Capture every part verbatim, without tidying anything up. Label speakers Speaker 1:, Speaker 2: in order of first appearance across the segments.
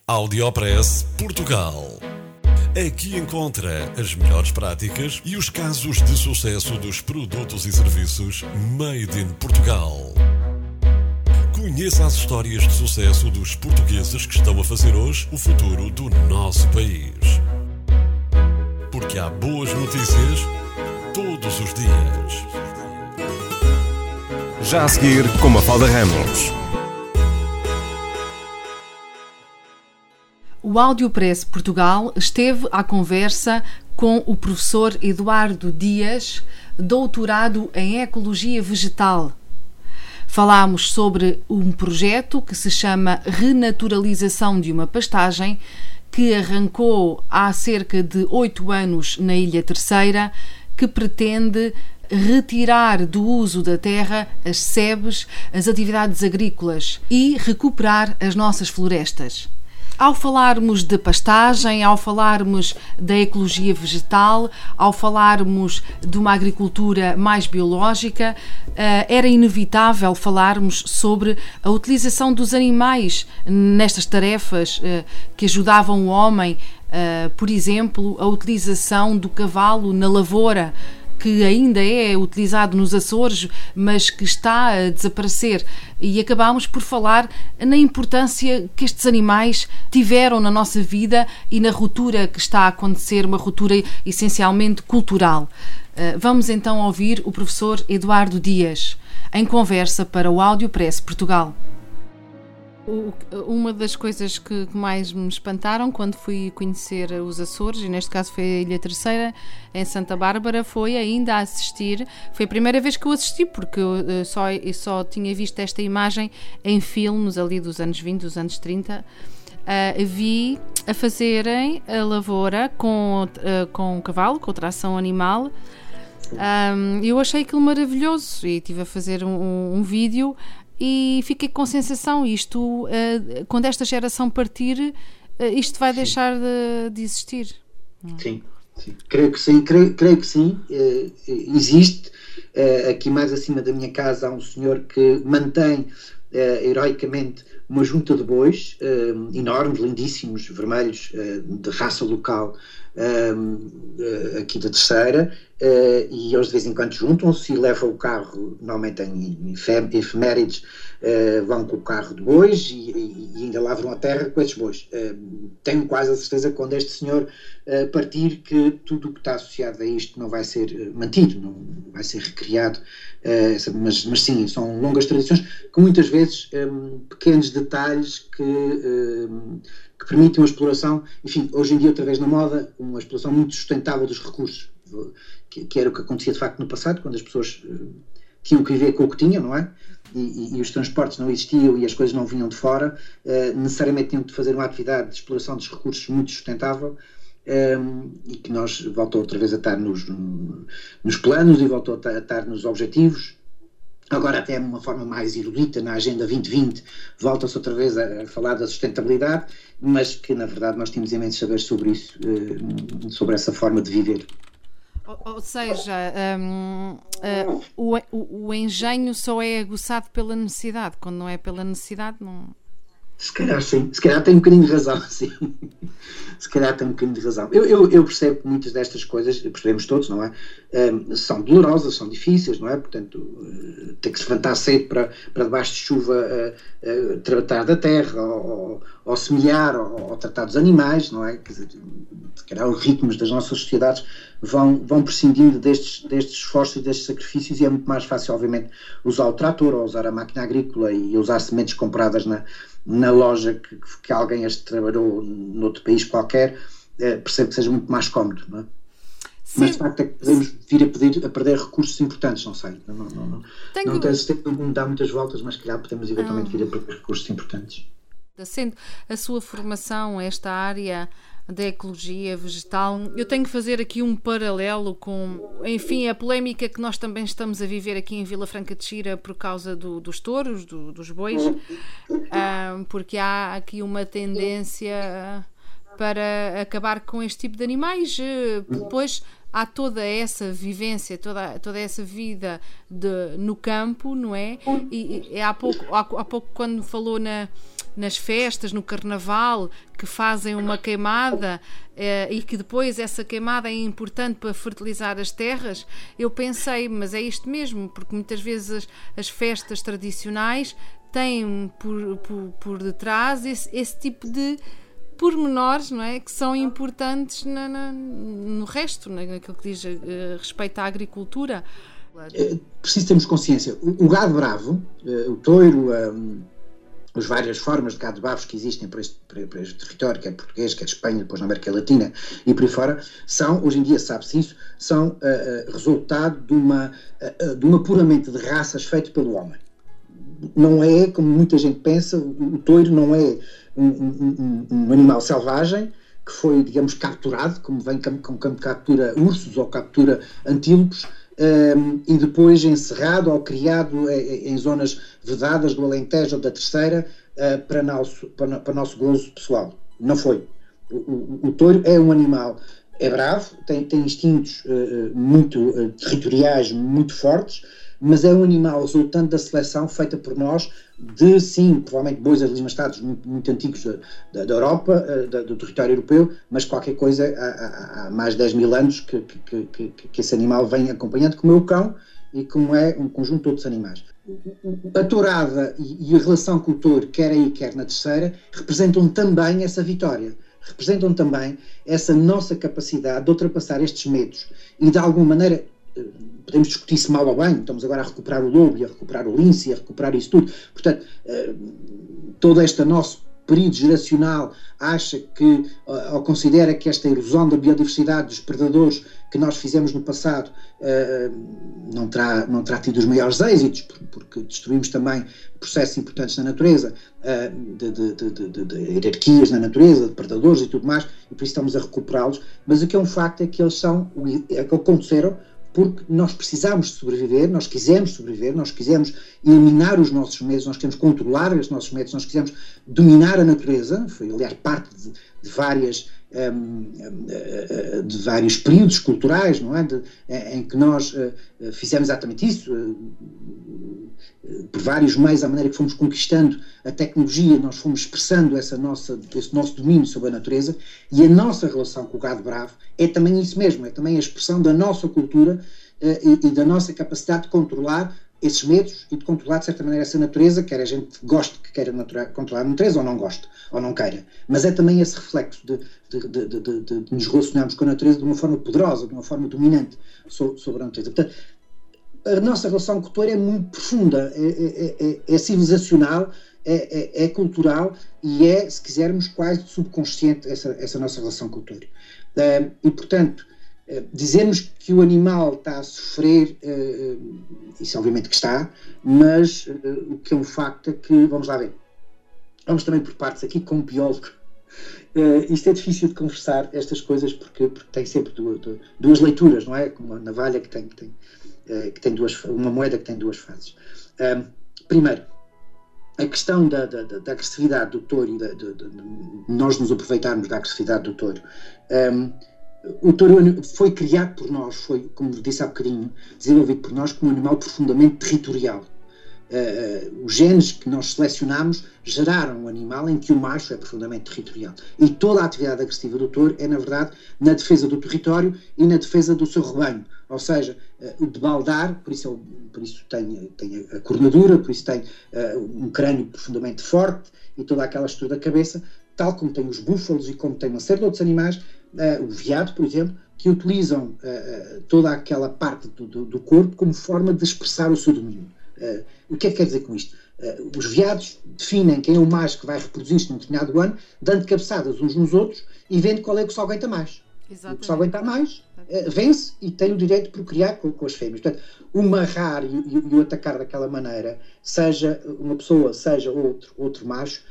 Speaker 1: Audiopress Portugal. Aqui encontra as melhores práticas e os casos de sucesso dos produtos e serviços Made in Portugal. Conheça as histórias de sucesso dos portugueses que estão a fazer hoje o futuro do nosso país. Porque há boas notícias todos os dias.
Speaker 2: Já a seguir, com Mafalda Ramos.
Speaker 3: O Audiopress Portugal esteve à conversa com o professor Eduardo Dias, doutorado em Ecologia Vegetal. Falámos sobre um projeto que se chama Renaturalização de uma Pastagem, que arrancou há cerca de oito anos na Ilha Terceira, que pretende retirar do uso da terra as sebes, as atividades agrícolas e recuperar as nossas florestas. Ao falarmos de pastagem, ao falarmos da ecologia vegetal, ao falarmos de uma agricultura mais biológica, era inevitável falarmos sobre a utilização dos animais nestas tarefas que ajudavam o homem, por exemplo, a utilização do cavalo na lavoura, que ainda é utilizado nos Açores, mas que está a desaparecer. E acabámos por falar na importância que estes animais tiveram na nossa vida e na ruptura que está a acontecer, uma ruptura essencialmente cultural. Vamos então ouvir o professor Eduardo Dias, em conversa para o Audiopress Portugal. Uma das coisas que mais me espantaram quando fui conhecer os Açores, e neste caso foi a Ilha Terceira, em Santa Bárbara, foi ainda a assistir. Foi a primeira vez que eu assisti, porque eu só, eu só tinha visto esta imagem em filmes ali dos anos vinte, dos anos trinta. Uh, vi a fazerem a lavoura com, uh, com o cavalo, com tração animal. Um, eu achei aquilo maravilhoso e estive a fazer um, um, um vídeo. E fiquei com a sensação, isto, uh, quando esta geração partir, uh, isto vai sim. deixar de, de existir.
Speaker 4: Sim, sim, creio que sim, creio, creio que sim, uh, existe. Uh, aqui mais acima da minha casa há um senhor que mantém uh, heroicamente uma junta de bois uh, enormes, lindíssimos, vermelhos, uh, de raça local, uh, aqui da Terceira. Uh, e eles de vez em quando juntam-se e levam o carro, normalmente em efemérides, uh, vão com o carro de bois e, e, e ainda lavram a terra com esses bois. Uh, tenho quase a certeza que quando este senhor uh, partir, que tudo o que está associado a isto não vai ser uh, mantido, não vai ser recriado, uh, mas, mas sim, são longas tradições com muitas vezes um, pequenos detalhes que, um, que permitem uma exploração, enfim, hoje em dia outra vez na moda, uma exploração muito sustentável dos recursos. Que, que era o que acontecia de facto no passado, quando as pessoas uh, tinham que viver com o que tinham, não é? E, e, e os transportes não existiam e as coisas não vinham de fora, uh, necessariamente tinham que fazer uma atividade de exploração dos recursos muito sustentável, um, e que nós voltou outra vez a estar nos, nos planos e voltou a estar nos objetivos. Agora até de uma forma mais erudita, na Agenda vinte vinte, volta-se outra vez a, a falar da sustentabilidade, mas que na verdade nós tínhamos imenso saber sobre isso, uh, sobre essa forma de viver.
Speaker 3: Ou seja, um, uh, o, o, o engenho só é aguçado pela necessidade, quando não é pela necessidade não...
Speaker 4: Se calhar sim, se calhar tem um bocadinho de razão, sim. Se calhar tem um bocadinho de razão. Eu, eu, eu percebo que muitas destas coisas, percebemos todos, não é? Um, são dolorosas, são difíceis, não é? Portanto, uh, ter que se levantar cedo para, para debaixo de chuva uh, uh, tratar da terra, ou, ou semear, ou, ou tratar dos animais, não é? Quer dizer, se calhar os ritmos das nossas sociedades vão, vão prescindindo destes, destes esforços e destes sacrifícios, e é muito mais fácil, obviamente, usar o trator, ou usar a máquina agrícola e usar sementes compradas na na loja que, que alguém as trabalhou noutro país qualquer, eh, percebo que seja muito mais cómodo, não é? Sim. Mas de facto é que podemos vir a, pedir, a perder recursos importantes, não sei, não, não, não, Tenho... não tenho esse tempo de dar muitas voltas, mas se calhar podemos eventualmente vir a perder recursos importantes.
Speaker 3: Sendo a sua formação, esta área da ecologia vegetal, eu tenho que fazer aqui um paralelo com, enfim, a polémica que nós também estamos a viver aqui em Vila Franca de Xira por causa do, dos touros, do, dos bois, um, porque há aqui uma tendência para acabar com este tipo de animais. Depois há toda essa vivência, toda, toda essa vida de, no campo, não é? E, e há pouco, há, há pouco quando falou na nas festas, no carnaval, que fazem uma queimada eh, e que depois essa queimada é importante para fertilizar as terras, eu pensei, mas é isto mesmo, porque muitas vezes as, as festas tradicionais têm por, por, por detrás esse, esse tipo de pormenores, não é? Que são importantes na, na, no resto, naquilo que diz uh, respeito à agricultura.
Speaker 4: É preciso termos consciência. O, o gado bravo, uh, o touro, um, as várias formas de gado bravos que existem para este, para, para este território, quer português, quer Espanha, depois na América Latina e por aí fora, são, hoje em dia sabe-se isso, são uh, uh, resultado de, uma, uh, de um apuramento de raças feito pelo homem. Não é, como muita gente pensa, o, o touro não é um, um, um, um animal selvagem que foi, digamos, capturado, como vem como, como captura ursos ou captura antílopes, um, e depois encerrado ou criado em, em zonas vedadas do Alentejo ou da Terceira uh, para, nosso, para, para nosso gozo pessoal. Não foi. O, o, o touro é um animal, é bravo, tem, tem instintos uh, muito uh, territoriais, muito fortes, mas é um animal resultante da seleção feita por nós de, sim, provavelmente bois alimentados muito, muito antigos da, da Europa, da, do território europeu, mas qualquer coisa há, há, há mais de dez mil anos que, que, que, que esse animal vem acompanhando, como é o cão e como é um conjunto de outros animais. A tourada e, e a relação com o touro, quer aí, quer na Terceira, representam também essa vitória. Representam também essa nossa capacidade de ultrapassar estes medos e, de alguma maneira, podemos discutir se mal ou bem, estamos agora a recuperar o lobo e a recuperar o lince e a recuperar isso tudo. Portanto, todo este nosso período geracional acha que, ou considera que esta erosão da biodiversidade dos predadores que nós fizemos no passado não terá, não terá tido os maiores êxitos, porque destruímos também processos importantes na natureza, de, de, de, de, de hierarquias na natureza, de predadores e tudo mais, e por isso estamos a recuperá-los, mas o que é um facto é que eles são, é que aconteceram porque nós precisamos de sobreviver, nós quisemos sobreviver, nós quisemos eliminar os nossos medos, nós queremos controlar os nossos medos, nós quisemos dominar a natureza, foi aliás parte de, de várias um, de vários períodos culturais, não é? De, em que nós uh, fizemos exatamente isso, uh, por vários meios, à maneira que fomos conquistando a tecnologia, nós fomos expressando essa nossa, esse nosso domínio sobre a natureza, e a nossa relação com o gado bravo é também isso mesmo, é também a expressão da nossa cultura uh, e, e da nossa capacidade de controlar esses medos e de controlar de certa maneira essa natureza, quer a gente goste que queira natura, controlar a natureza ou não goste, ou não queira, mas é também esse reflexo de, de, de, de, de, de, de nos relacionarmos com a natureza de uma forma poderosa, de uma forma dominante sobre, sobre a natureza. Portanto, a nossa relação com o touro é muito profunda, é, é, é, é civilizacional, é, é, é cultural e é, se quisermos, quase subconsciente essa, essa nossa relação com o touro. Uh, e, portanto, uh, dizermos que o animal está a sofrer, uh, isso obviamente que está, mas uh, o que é um facto é que, vamos lá ver, vamos também por partes aqui, como biólogo. Uh, isto é difícil de conversar, estas coisas, porque, porque tem sempre duas, duas leituras, não é? Como a navalha que tem, que tem, uh, que tem duas, uma moeda que tem duas faces. Uh, primeiro, a questão da, da, da agressividade do touro e da, de, de, de nós nos aproveitarmos da agressividade do touro. Um, o touro foi criado por nós, foi, como disse há bocadinho, desenvolvido por nós como um animal profundamente territorial. Uh, os genes que nós selecionamos geraram um animal em que o macho é profundamente territorial. E toda a atividade agressiva do touro é, na verdade, na defesa do território e na defesa do seu rebanho. Ou seja, uh, o de baldar, por isso, ele, por isso tem, tem a cornadura, por isso tem uh, um crânio profundamente forte e toda aquela estrutura da cabeça, tal como tem os búfalos e como tem uma série de outros animais, uh, o veado, por exemplo, que utilizam uh, toda aquela parte do, do, do corpo como forma de expressar o seu domínio. Uh, o que é que quer dizer com isto? Uh, os veados definem quem é o macho que vai reproduzir-se num determinado ano, dando cabeçadas uns nos outros e vendo qual é que se aguenta mais. Exatamente. O que se aguenta mais uh, vence e tem o direito de procriar com, com as fêmeas. Portanto, o marrar e, e, e o atacar daquela maneira, seja uma pessoa, seja outro, outro macho,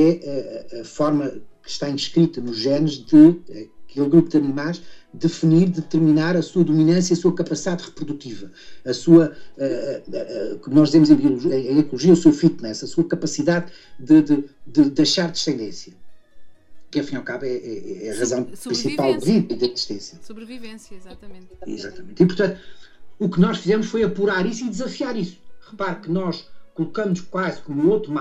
Speaker 4: é uh, a forma que está inscrita nos genes de uh, aquele grupo de animais definir, determinar a sua dominância, a sua capacidade reprodutiva, a sua, uh, uh, uh, como nós dizemos em biologia, em ecologia, o seu fitness, a sua capacidade de, de, de deixar descendência, que afinal ao cabo é, é, é a razão principal de vida e de existência.
Speaker 3: Sobrevivência, exatamente.
Speaker 4: Exatamente. E portanto, o que nós fizemos foi apurar isso e desafiar isso. Repare que nós colocamos quase como outro macho,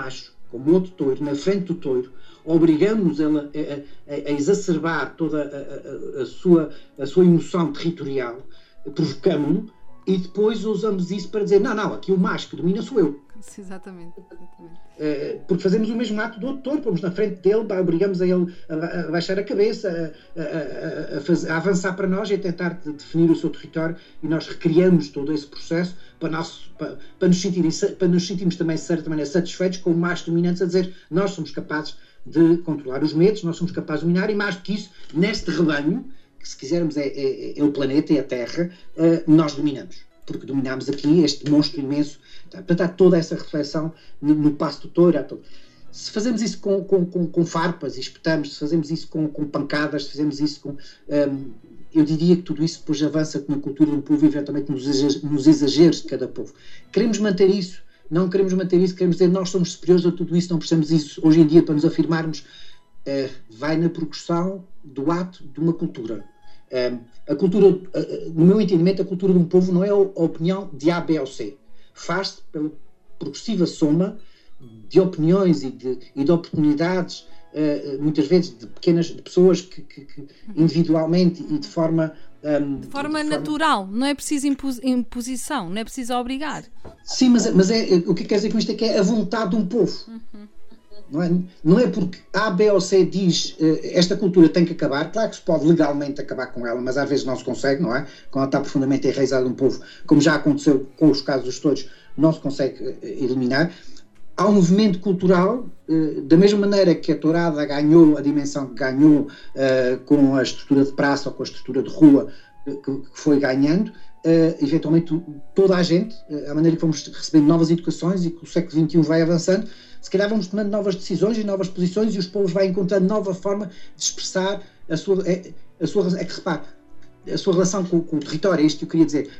Speaker 4: como outro touro, na frente do touro, obrigamos ela a, a, a exacerbar toda a, a, a, sua, a sua emoção territorial, provocamos-no, e depois usamos isso para dizer, não, não, aqui o macho que domina sou eu.
Speaker 3: Exatamente. exatamente.
Speaker 4: Uh, porque fazemos o mesmo ato do outro touro, pomos na frente dele, obrigamos a ele a, a baixar a cabeça, a, a, a, fazer, a avançar para nós e a tentar de, definir o seu território, e nós recriamos todo esse processo para, nós, para, para, nos, sentir, para nos sentirmos também, de certa maneira, satisfeitos com o macho dominante a dizer, nós somos capazes de controlar os medos, nós somos capazes de dominar, e mais do que isso, neste rebanho, que se quisermos é, é, é o planeta, é a Terra, uh, nós dominamos, porque dominamos aqui este monstro imenso. Portanto, há toda essa reflexão no, no passo do touro. Todo. Se fazemos isso com, com, com, com farpas e espetamos, se fazemos isso com, com pancadas, se fazemos isso com... Um, eu diria que tudo isso depois avança na cultura de um povo e eventualmente nos exageros, nos exageros de cada povo. Queremos manter isso, não queremos manter isso, queremos dizer nós somos superiores a tudo isso, não precisamos isso hoje em dia para nos afirmarmos. Uh, vai na progressão do ato de uma cultura. Uh, a cultura, uh, no meu entendimento, a cultura de um povo não é a opinião de A, B ou C. Faz-se pela progressiva soma de opiniões e de, e de oportunidades, uh, muitas vezes de pequenas de pessoas que, que, que individualmente e de forma... Um,
Speaker 5: de forma de natural, forma... não é preciso impos, imposição, não é preciso obrigar.
Speaker 4: Sim, mas, mas é, o que quer dizer com isto é que é a vontade de um povo. Uhum. Não é, não é porque A, B ou C diz uh, esta cultura tem que acabar, claro que se pode legalmente acabar com ela, mas às vezes não se consegue, não é? Quando ela está profundamente enraizada num povo, como já aconteceu com os casos dos touros, não se consegue uh, eliminar. Há um movimento cultural, uh, da mesma maneira que a tourada ganhou a dimensão que ganhou uh, com a estrutura de praça ou com a estrutura de rua uh, que, que foi ganhando, uh, eventualmente toda a gente, uh, a maneira que vamos recebendo novas educações e que o século vinte e um vai avançando, se calhar vamos tomando novas decisões e novas posições e os povos vão encontrando nova forma de expressar a sua, a sua, é que repare, a sua relação com, com o território, é isto que eu queria dizer.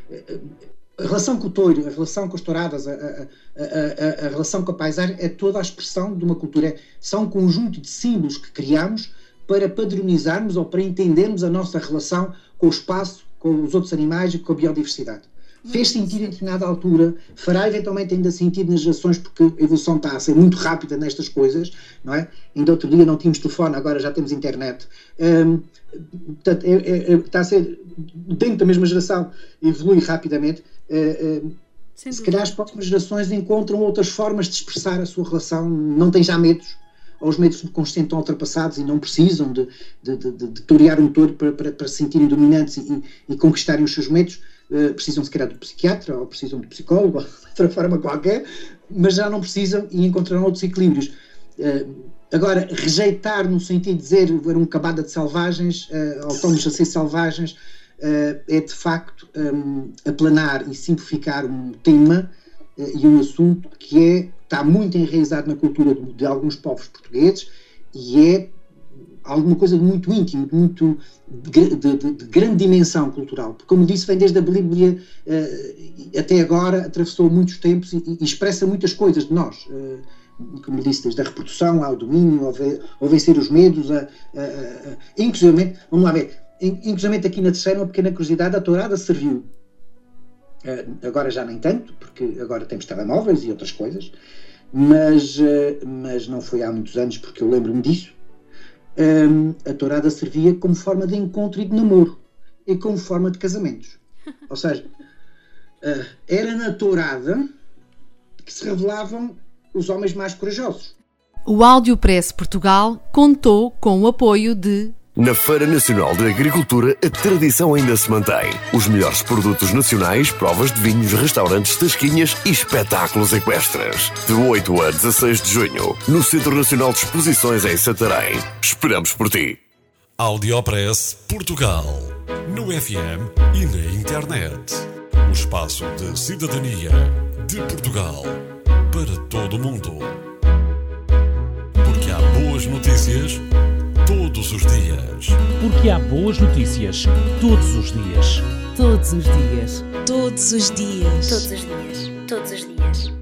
Speaker 4: A relação com o touro, a relação com as touradas, a, a, a, a, a relação com a paisagem é toda a expressão de uma cultura. São um conjunto de símbolos que criamos para padronizarmos ou para entendermos a nossa relação com o espaço, com os outros animais e com a biodiversidade. Fez sentido em determinada altura, fará eventualmente ainda sentido nas gerações, porque a evolução está a ser muito rápida nestas coisas, não é? Ainda outro dia não tínhamos telefone, agora já temos internet. Um, portanto, é, é, está a ser, dentro da mesma geração, evolui rapidamente. Uh, uh, se calhar as próximas gerações encontram outras formas de expressar a sua relação, não têm já medos, ou os medos subconscientes estão ultrapassados e não precisam de, de, de, de, de torear um touro para, para, para se sentirem dominantes e, e conquistarem os seus medos. Uh, precisam se calhar de psiquiatra ou precisam de psicólogo ou de outra forma qualquer, mas já não precisam e encontrarão outros equilíbrios. Uh, agora, rejeitar no sentido de dizer era um cabada de selvagens, uh, ou estamos a ser selvagens, uh, é de facto um, aplanar e simplificar um tema uh, e um assunto que é, está muito enraizado na cultura de, de alguns povos portugueses e é alguma coisa de muito íntimo, de, muito, de, de, de, de grande dimensão cultural, porque como disse, vem desde a Bíblia uh, até agora, atravessou muitos tempos e, e expressa muitas coisas de nós, uh, como disse, desde a reprodução ao domínio, ao, ve, ao vencer os medos, a, a, a, a, inclusivamente, vamos lá ver, inclusivamente aqui na terceira, uma pequena curiosidade, a tourada serviu, uh, agora já nem tanto, porque agora temos telemóveis e outras coisas, mas, uh, mas não foi há muitos anos, porque eu lembro-me disso. Um, a tourada servia como forma de encontro e de namoro e como forma de casamentos, ou seja, uh, era na tourada que se revelavam os homens mais corajosos.
Speaker 3: O Audiopress Portugal contou com o apoio de...
Speaker 2: Na Feira Nacional de Agricultura, a tradição ainda se mantém. Os melhores produtos nacionais, provas de vinhos, restaurantes, tasquinhas e espetáculos equestres. De oito a dezasseis de junho, no Centro Nacional de Exposições em Santarém. Esperamos por ti.
Speaker 1: Audiopress Portugal. No F M e na internet. O espaço de cidadania de Portugal para todo o mundo. Porque há boas notícias todos os dias.
Speaker 6: Porque há boas notícias todos os dias.
Speaker 5: Todos os dias.
Speaker 7: Todos os dias.
Speaker 8: Todos os dias. Todos os dias.